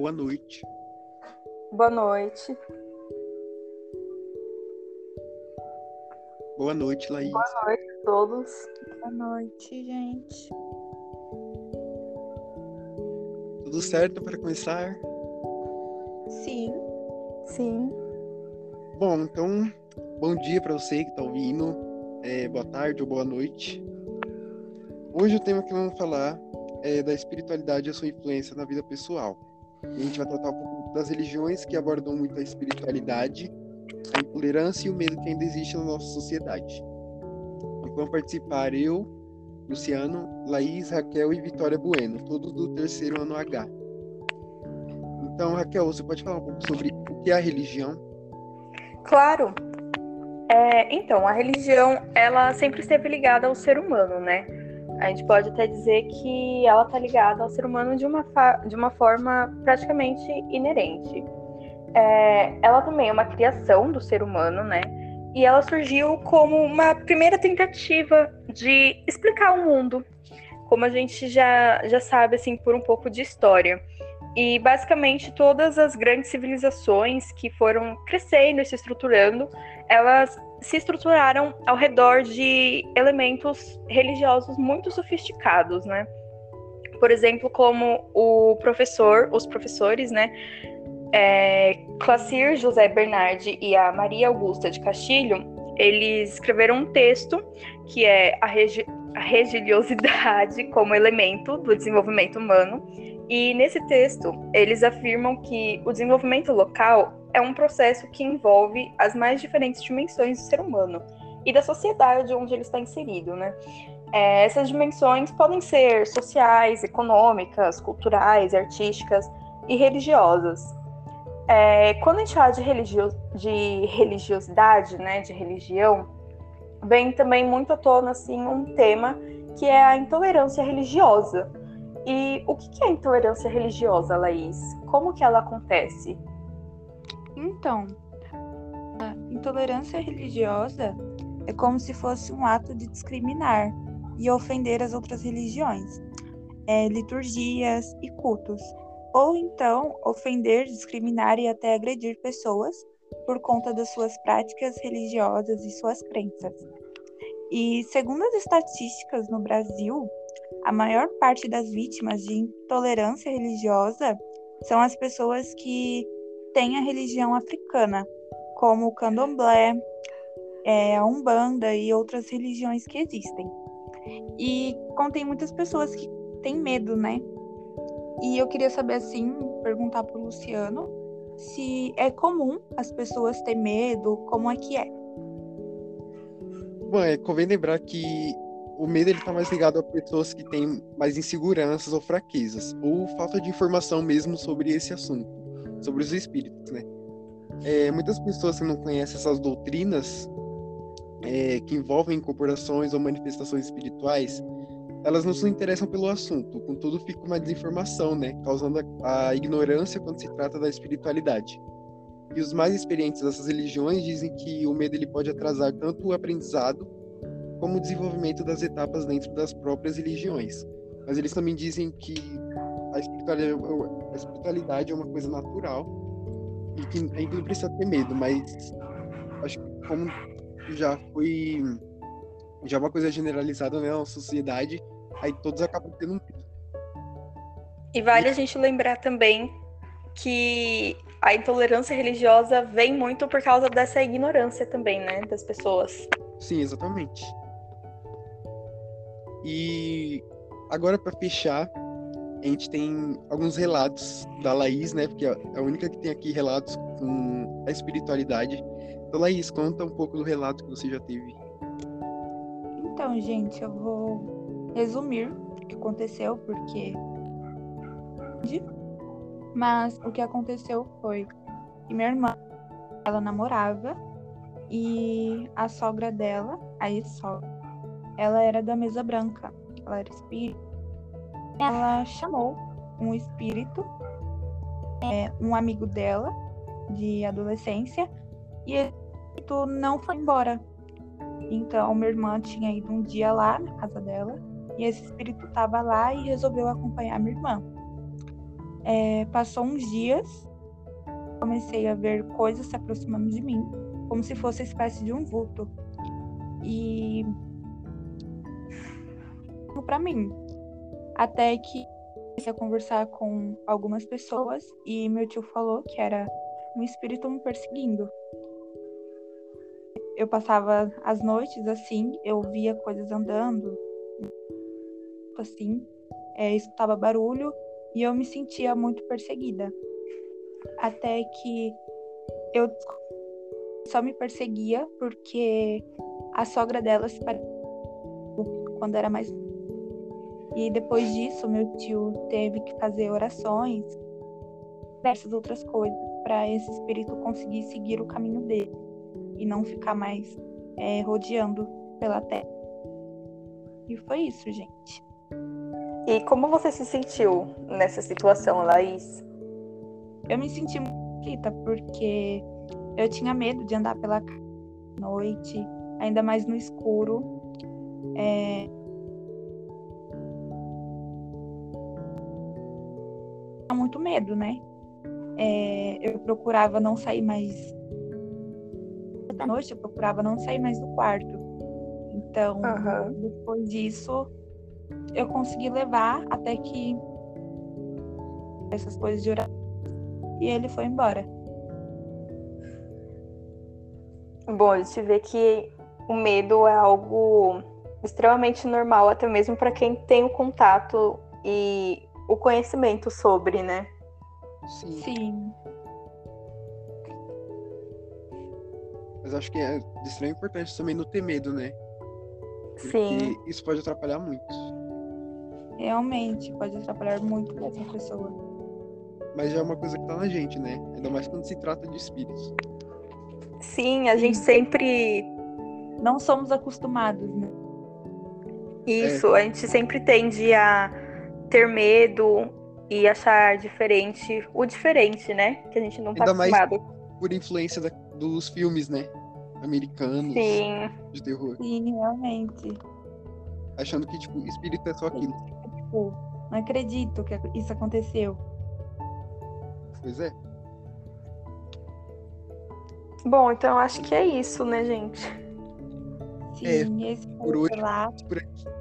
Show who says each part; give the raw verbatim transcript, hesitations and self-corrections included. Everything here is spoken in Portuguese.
Speaker 1: boa noite.
Speaker 2: Boa noite.
Speaker 1: Boa noite, Laís.
Speaker 2: Boa noite a todos.
Speaker 3: Boa noite, gente.
Speaker 1: Tudo certo para começar?
Speaker 3: Sim.
Speaker 2: Sim.
Speaker 1: Bom, então, bom dia para você que está ouvindo. É, boa tarde ou boa noite. Hoje o tema que vamos falar é da espiritualidade e a sua influência na vida pessoal. A gente vai tratar um pouco das religiões que abordam muito a espiritualidade, a intolerância e o medo que ainda existe na nossa sociedade. E vão participar eu, Luciano, Laís, Raquel e Vitória Bueno, todos do terceiro ano H. Então, Raquel, você pode falar um pouco sobre o que é a religião?
Speaker 2: Claro. É, então, a religião, ela sempre esteve ligada ao ser humano, né? A gente pode até dizer que ela está ligada ao ser humano de uma, fa- de uma forma praticamente inerente. É, ela também é uma criação do ser humano, né? E ela surgiu como uma primeira tentativa de explicar o mundo, como a gente já, já sabe, assim, por um pouco de história. E, basicamente, todas as grandes civilizações que foram crescendo e se estruturando, elas se estruturaram ao redor de elementos religiosos muito sofisticados, né? Por exemplo, como o professor, os professores, né? É, Clasir José Bernardi e a Maria Augusta de Castilho, eles escreveram um texto que é a, regi- a religiosidade como elemento do desenvolvimento humano. E nesse texto, eles afirmam que o desenvolvimento local é um processo que envolve as mais diferentes dimensões do ser humano e da sociedade onde ele está inserido, né? É, essas dimensões podem ser sociais, econômicas, culturais, artísticas e religiosas. É, quando a gente fala de, religio- de religiosidade, né, de religião, vem também muito à tona assim, um tema que é a intolerância religiosa. E o que é a intolerância religiosa, Laís? Como que ela acontece?
Speaker 3: Então, a intolerância religiosa é como se fosse um ato de discriminar e ofender as outras religiões, é, liturgias e cultos. Ou então, ofender, discriminar e até agredir pessoas por conta das suas práticas religiosas e suas crenças. E segundo as estatísticas no Brasil, a maior parte das vítimas de intolerância religiosa são as pessoas que têm a religião africana, como o candomblé, é, a umbanda e outras religiões que existem. E contém muitas pessoas que têm medo, né? E eu queria saber, assim, perguntar pro Luciano se é comum as pessoas ter medo, como é que é?
Speaker 1: Bom, é, convém lembrar que o medo ele está mais ligado a pessoas que têm mais inseguranças ou fraquezas, ou falta de informação mesmo sobre esse assunto, sobre os espíritos, né? É, muitas pessoas que não conhecem essas doutrinas é, que envolvem incorporações ou manifestações espirituais, elas não se interessam pelo assunto, contudo fica uma desinformação, né? Causando a, a ignorância quando se trata da espiritualidade. E os mais experientes dessas religiões dizem que o medo ele pode atrasar tanto o aprendizado como o desenvolvimento das etapas dentro das próprias religiões. Mas eles também dizem que a espiritualidade, a espiritualidade é uma coisa natural e que a gente não precisa ter medo, mas acho que como já foi já é uma coisa generalizada, né, na sociedade, aí todos acabam tendo um medo.
Speaker 2: E vale a gente lembrar também que a intolerância religiosa vem muito por causa dessa ignorância também, né, das pessoas.
Speaker 1: Sim, exatamente. E agora, para fechar, a gente tem alguns relatos da Laís, né? Porque é a única que tem aqui relatos com a espiritualidade. Então, Laís, conta um pouco do relato que você já teve.
Speaker 3: Então, gente, eu vou resumir o que aconteceu, porque... Mas o que aconteceu foi que minha irmã, ela namorava e a sogra dela, a ex-sogra, ela era da mesa branca, ela era espírita. Ela chamou um espírito, é, um amigo dela, de adolescência, e esse espírito não foi embora. Então, minha irmã tinha ido um dia lá na casa dela, e esse espírito estava lá e resolveu acompanhar minha irmã. É, passou uns dias, comecei a ver coisas se aproximando de mim, como se fosse uma espécie de um vulto. E para mim, até que comecei a conversar com algumas pessoas e meu tio falou que era um espírito me perseguindo. Eu passava as noites assim, eu via coisas andando, assim, é, escutava barulho e eu me sentia muito perseguida. Até que eu só me perseguia porque a sogra dela se parecia quando era mais. E depois disso, meu tio teve que fazer orações, diversas outras coisas, para esse espírito conseguir seguir o caminho dele e não ficar mais é, rodeando pela terra. E foi isso, gente.
Speaker 2: E como você se sentiu nessa situação, Laís?
Speaker 3: Eu me senti muito aflita, porque eu tinha medo de andar pela casa à noite, ainda mais no escuro. É... Tinha muito medo, né? É... Eu procurava não sair mais da noite, eu procurava não sair mais do quarto. Então,
Speaker 2: Uhum.
Speaker 3: depois disso, eu consegui levar até que essas coisas de oração e ele foi embora.
Speaker 2: Bom, a gente vê que o medo é algo extremamente normal, até mesmo para quem tem o contato e o conhecimento sobre, né?
Speaker 1: Sim.
Speaker 3: Sim.
Speaker 1: Mas acho que é de extrema importância também não ter medo, né? Porque
Speaker 2: Sim.
Speaker 1: isso pode atrapalhar muito.
Speaker 3: Realmente, pode atrapalhar muito essa pessoa.
Speaker 1: Mas já é uma coisa que tá na gente, né? Ainda mais quando se trata de espíritos.
Speaker 2: Sim, a
Speaker 3: Sim.
Speaker 2: gente sempre...
Speaker 3: Não somos acostumados, né?
Speaker 2: Isso, é. A gente sempre tende a ter medo e achar diferente o diferente, né? Que a gente não tá
Speaker 1: Ainda mais
Speaker 2: acostumado.
Speaker 1: por influência da, dos filmes, né? Americanos,
Speaker 2: Sim.
Speaker 1: de terror.
Speaker 3: Sim, realmente.
Speaker 1: Achando que, tipo, espírito é só aquilo.
Speaker 3: Tipo, não acredito que isso aconteceu.
Speaker 1: Pois é.
Speaker 2: Bom, então eu acho que é isso, né, gente?
Speaker 3: Sim,
Speaker 1: É,
Speaker 3: esse
Speaker 1: por
Speaker 3: foi o
Speaker 1: hoje,
Speaker 3: relato.
Speaker 1: por aqui.